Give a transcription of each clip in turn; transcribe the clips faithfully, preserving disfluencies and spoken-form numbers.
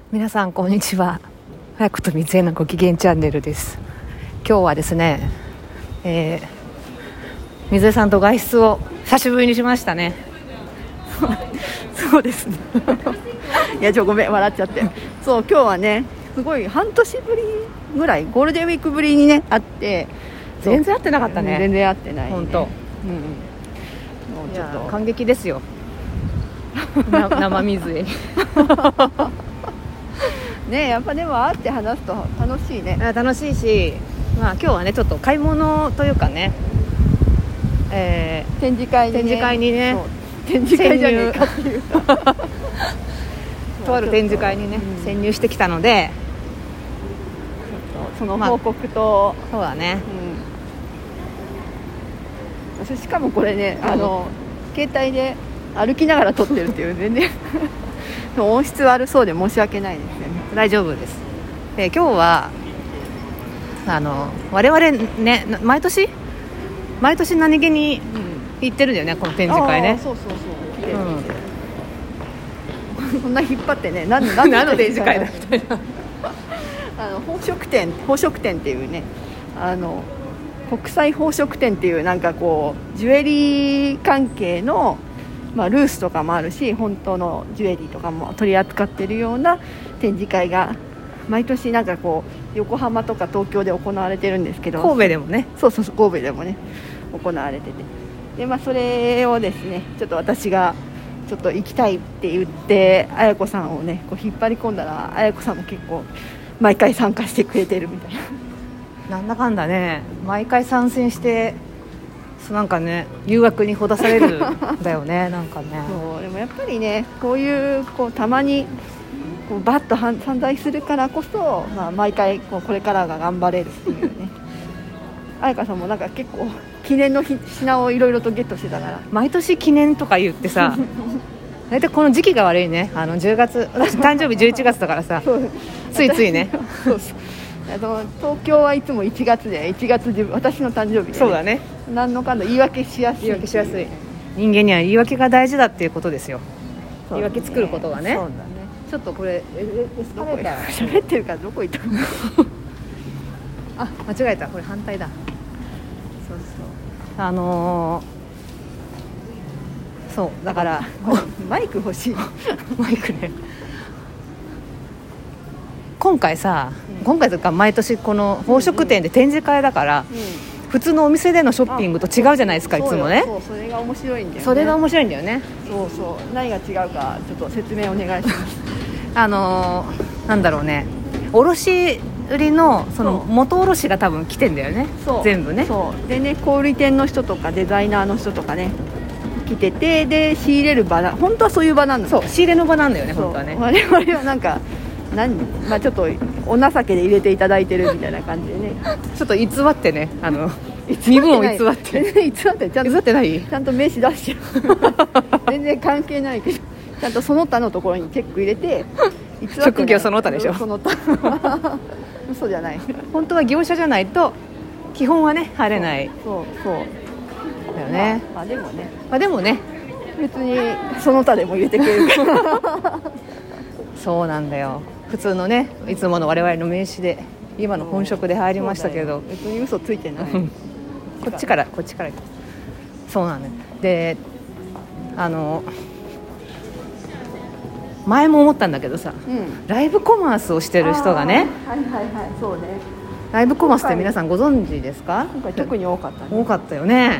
皆さんこんにちは。早くと水江のご機嫌チャンネルです。今日はですね、えー、水江さんと外出を久しぶりにしましたね。 そうですね。いやちょごめん笑っちゃって。そう今日はねすごい半年ぶりぐらいゴールデンウィークぶりにね会って、 全然会ってなかったね。 全然会ってない、ね、 本当。うん。 もうちょっと感激ですよ。生水江。 ね、やっぱでも会って話すと楽しいね。 楽しいし、まあ、今日はねちょっと買い物というかね、えー、 展示会にね展示会にね展示会じゃねえかっていうとある展示会にね、うん、潜入してきたので、 その報告と、 まあ、そうだね、 うん、しかもこれね、あの携帯で歩きながら撮ってるっていう全然音質悪そうで申し訳ないですね。 大丈夫です。で今日はあの我々ね毎年毎年何気に行ってるんだよね、うん、この展示会ね。 そうそうそう来てる、うん、こんな引っ張ってね何の展示会だみたいなあの宝飾展宝飾展っていうねあの国際宝飾展っていうなんかこうジュエリー関係のまあ、ルースとかもあるし本当のジュエリーとかも取り扱っているような展示会が毎年なんかこう横浜とか東京で行われてるんですけど、 神戸でもねそうそうそう神戸でもね行われてて、で、まあ、それをですねちょっと私がちょっと行きたいって言って綾子さんをねこう引っ張り込んだら綾子さんも結構毎回参加してくれてるみたいな。 なんだかんだね毎回参戦してなんかね誘惑にほだされるんだよねなんかね。 そうでもやっぱりねこういうこうたまにこうバッと散財するからこそ、まあ、毎回こうこれからが頑張れるっていうね彩香さんもなんか結構記念の品をいろいろとゲットしてたから毎年記念とか言ってさ大体この時期が悪いね。あのじゅうがつ私誕生日じゅういちがつだからさついついねそうそうあの東京はいつもいちがつでいちがつ私の誕生日で、ね、 そうだね何のかの言い訳しやすい言い訳しやすい。人間には言い訳が大事だっていうことですよ、ね、言い訳作ることがね。 そうだね。 ちょっとこれエスカレーター喋ってるからどこ行ったのあ間違えたこれ反対だ。そうそうあのー、そうだからマイク欲しいマイクね今回さ、うん、今回というか毎年この宝飾店で展示会だから、うんうん、普通のお店でのショッピングと違うじゃないですか。いつもね。 そうそれが面白いんだよね。 それが面白いんだよね。 そうそう何が違うかちょっと説明お願いしますあのー、なんだろうね卸売りのその元卸が多分来てんだよね。そう全部ね。 そうでね小売店の人とかデザイナーの人とかね来ててで仕入れる場だ本当はそういう場なんだ。 そう仕入れの場なんだよね本当はね。 我々はなんか何、まあ、ちょっとお情けで入れていただいてるみたいな感じでねちょっと偽ってねあの身分を偽って偽ってちゃんと偽ってないちゃんと名刺出してる全然関係ないけどちゃんとその他のところにチェック入れて職業その他でしょ。 その他嘘じゃない本当は業者じゃないと基本はね入れない。 そうそうだよね。 まあ、まあでもねまあでもね別にその他でも入れてくれるからそうなんだよ。普通のねいつもの我々の名刺で今の本職で入りましたけど別に嘘ついてないこっちからこっちからそうなんだよ。であの前も思ったんだけどさ、うん、ライブコマースをしてる人がねはいはいはいそうねライブコマースって皆さんご存知ですか。 今回特に多かったね。 多かったよね。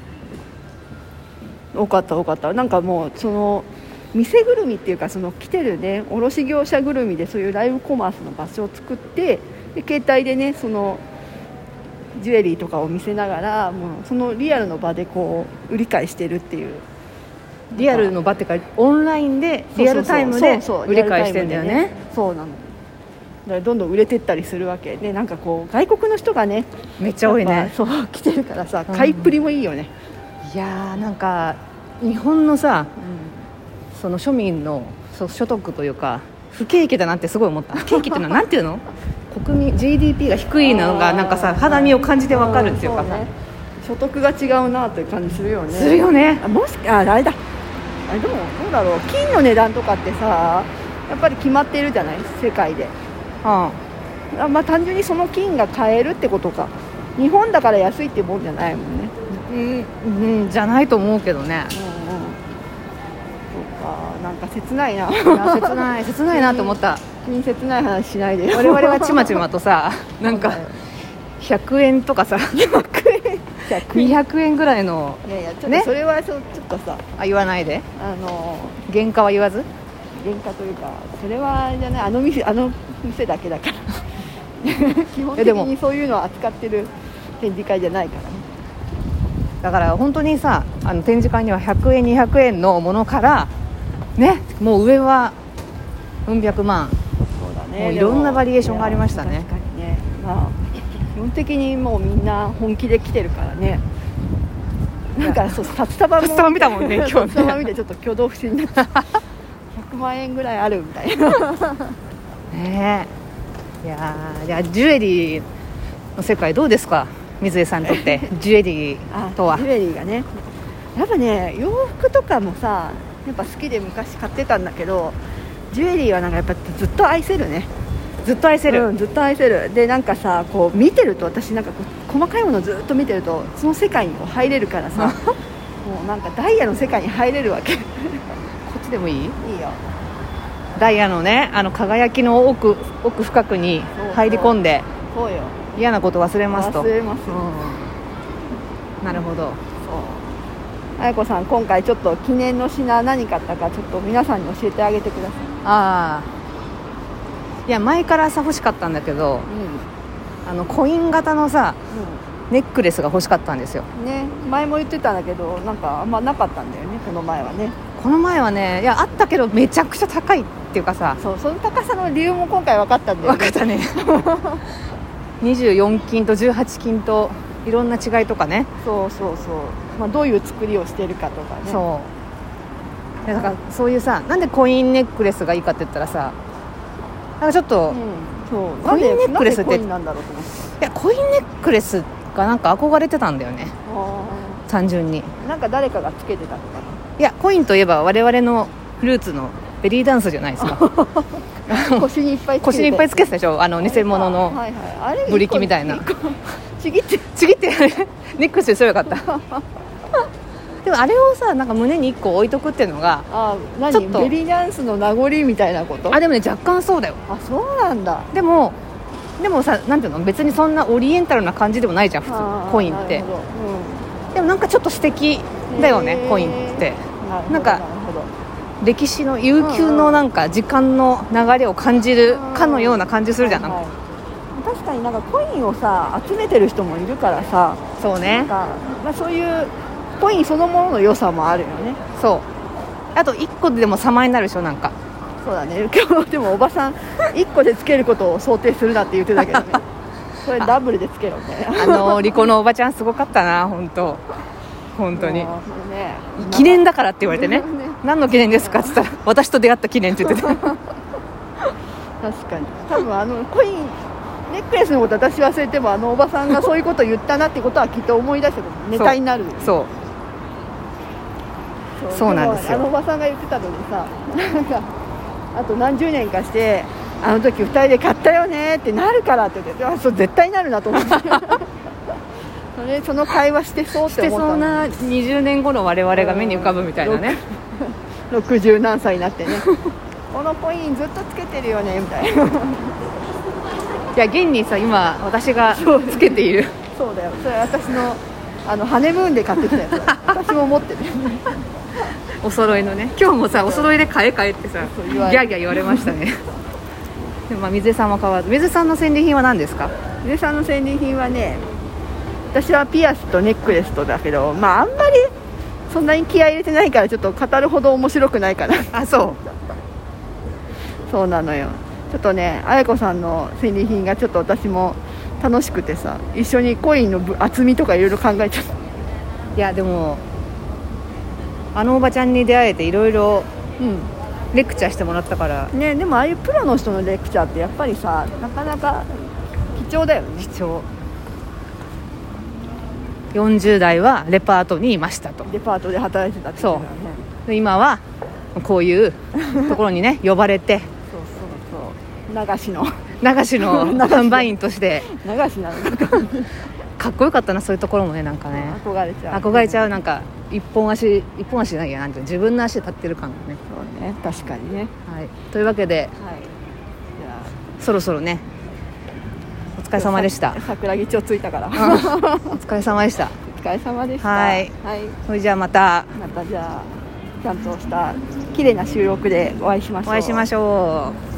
多かった多かったなんかもうその店ぐるみっていうかその来てるね卸業者ぐるみでそういうライブコマースの場所を作ってで携帯でねそのジュエリーとかを見せながらもうそのリアルの場でこう売り買いしてるっていうリアルの場っていうかオンラインでリアルタイムで売り買いしてるんだよね。 そうなのだからどんどん売れてったりするわけでなんかこう外国の人がねめっちゃ多いね。 そう来てるからさ買いっぷりもいいよね、 うん、いやーなんか日本のさ、うん、その庶民の所得というか不景気だなってすごい思った。不景気っていうのはなんていうの国民 ジーディーピー が低いのがなんかさ肌身を感じてわかるっていうかさ、 ね、所得が違うなという感じするよね。 するよね。 あもしああれだあれでもどうだろう金の値段とかってさやっぱり決まっているじゃない世界で、 ああまあ単純にその金が買えるってことか。日本だから安いってもんじゃないもんね。 うん、うん、じゃないと思うけどね。 うんうん、そうか、なんか切ないな。 いや切ない切ないなと思った。 金切ない話しないでよ。 我々はちまちまとさなんかひゃくえんとかさにひゃくえんぐらいのいやいやちょっとそれはちょ,、ね、ちょっとさあ言わないで、 あの原価は言わず、 原価というかそれはじゃない、あの店あの店だけだから基本的にそういうのを扱ってる展示会じゃないからね。 だから本当にさあの展示会にはひゃくえんにひゃくえんのものからね、もう上はうん百万、 そうだね、 もういろんなバリエーションがありましたね。 確かにね、まあ基本的にもうみんな本気で来てるからね。なんかそう札束も札束見たもんね今日ね。 札束見てちょっと挙動不審になってひゃくまんえんぐらいあるみたいなねえ、いやー、いやジュエリーの世界どうですか、水江さんにとってジュエリーとは。 ジュエリーがね、やっぱね洋服とかもさやっぱ好きで昔買ってたんだけど、ジュエリーはなんかやっぱずっと愛せるね。 ずっと愛せる、 うん、ずっと愛せる。でなんかさこう見てると、私なんかこう細かいものをずっと見てるとその世界にこう入れるからさもうなんかダイヤの世界に入れるわけこっちでもいい？いいよ。 ダイヤのね、あの輝きの奥奥深くに入り込んで、 そうよ、 嫌なこと忘れますと。 忘れますよ、 うん、なるほど。そうあやこさん、今回ちょっと記念の品何買ったかちょっと皆さんに教えてあげてください。 ああ、いや前からさ欲しかったんだけど、 うん、 あのコイン型のさ、うん、ネックレスが欲しかったんですよね。前も言ってたんだけどなんかあんまなかったんだよね、この前はね。 この前はね、いやあったけどめちゃくちゃ高いっていうかさ、 そう、その高さの理由も今回分かったんだよね。 分かったねにじゅうよん金とじゅうはち金といろんな違いとかね。 そうそうそう、まあ、どういう作りをしてるかとかね。 そうだからそういうさ、なんでコインネックレスがいいかって言ったらさ、なんかちょっと、うん、そうコインネックレスってなんだろうと思って、いやコインネックレスがなんか憧れてたんだよね、単純に。 なんか誰かがつけてたのかな。 いやコインといえば我々のルーツのベリーダンスじゃないですか腰にいっぱいつけて腰にいっぱいつけてたでしょ、あの偽物のブリキみたいな。 ちぎってちぎってネックレスですればよかったでもあれをさなんか胸にいっこ置いとくっていうのが、 あ何ちょっとベリーダンスの名残みたいなこと。 あでもね若干そうだよ。 あそうなんだ。 でもでもさ、なんていうの、別にそんなオリエンタルな感じでもないじゃん普通コインって、うん、でもなんかちょっと素敵だよねコインって。なんか歴史の悠久のなんか時間の流れを感じるかのような感じするじゃん、はいはい、 確かになんかコインをさ集めてる人もいるからさ、 そうね、 なんか、まあ、そういうコインそのものの良さもあるよね。 そうあといっこでも様になるでしょ。なんかそうだね、今日でもおばさんいっこでつけることを想定するなって言ってたけどねそれダブルでつけろねあのリコのおばちゃんすごかったな本当本当に、ね、記念だからって言われてね何の記念ですかって言ったら私と出会った記念って言ってて確かに多分あのコインネックレスのこと私忘れてもあのおばさんがそういうことを言ったなってことはきっと思い出してネタになる。 そうそうそうなんですよ。 あのおばさんが言ってたのにさ、なんかあと何十年かしてあの時ふたりで買ったよねってなるからって言って、あそう絶対なるなと思ってそれその会話してそうって思ったの。 してそうなにじゅうねんごの我々が目に浮かぶみたいなね、 ろくじゅう何歳になってねこのコインずっとつけてるよねみたいないや現にさ今私がつけているそうだよ、それ私のあのハネムーンで買ってきたやつ私も持ってるお揃いのね。今日もさお揃いで買え買えってさギャーギャー言われましたねでもまあ水江さんは買わず。水江さんの戦利品は何ですか？ 水江さんの戦利品はね、私はピアスとネックレスとだけど、まああんまりそんなに気合い入れてないからちょっと語るほど面白くないかなあそうそうなのよ。ちょっとねあやこさんの戦利品がちょっと私も楽しくてさ、一緒にコインの厚みとかいろいろ考えちゃった。 いやでもあのおばちゃんに出会えていろいろレクチャーしてもらったからね。でもああいうプロの人のレクチャーってやっぱりさなかなか貴重だよね。 貴重。よんじゅう代はレパートにいましたと。 デパートで働いてたってことだよね。 そう今はこういうところにね呼ばれて流しの流しの販売員として流しなのかかっこよかったな、そういうところもね、なんかね憧れちゃう憧れちゃう。なんか一本足一本足じゃないや、なんていうの、自分の足で立ってる感がね。 そうね、確かにね。 はい、というわけで、 はい、じゃそろそろね、お疲れ様でした。 桜木町着いたから、 うん、お疲れ様でした。 お疲れ様でした。 はい、はい、それじゃあまたまたじゃあちゃんとした綺麗な収録でお会いしましょう。 お会いしましょう。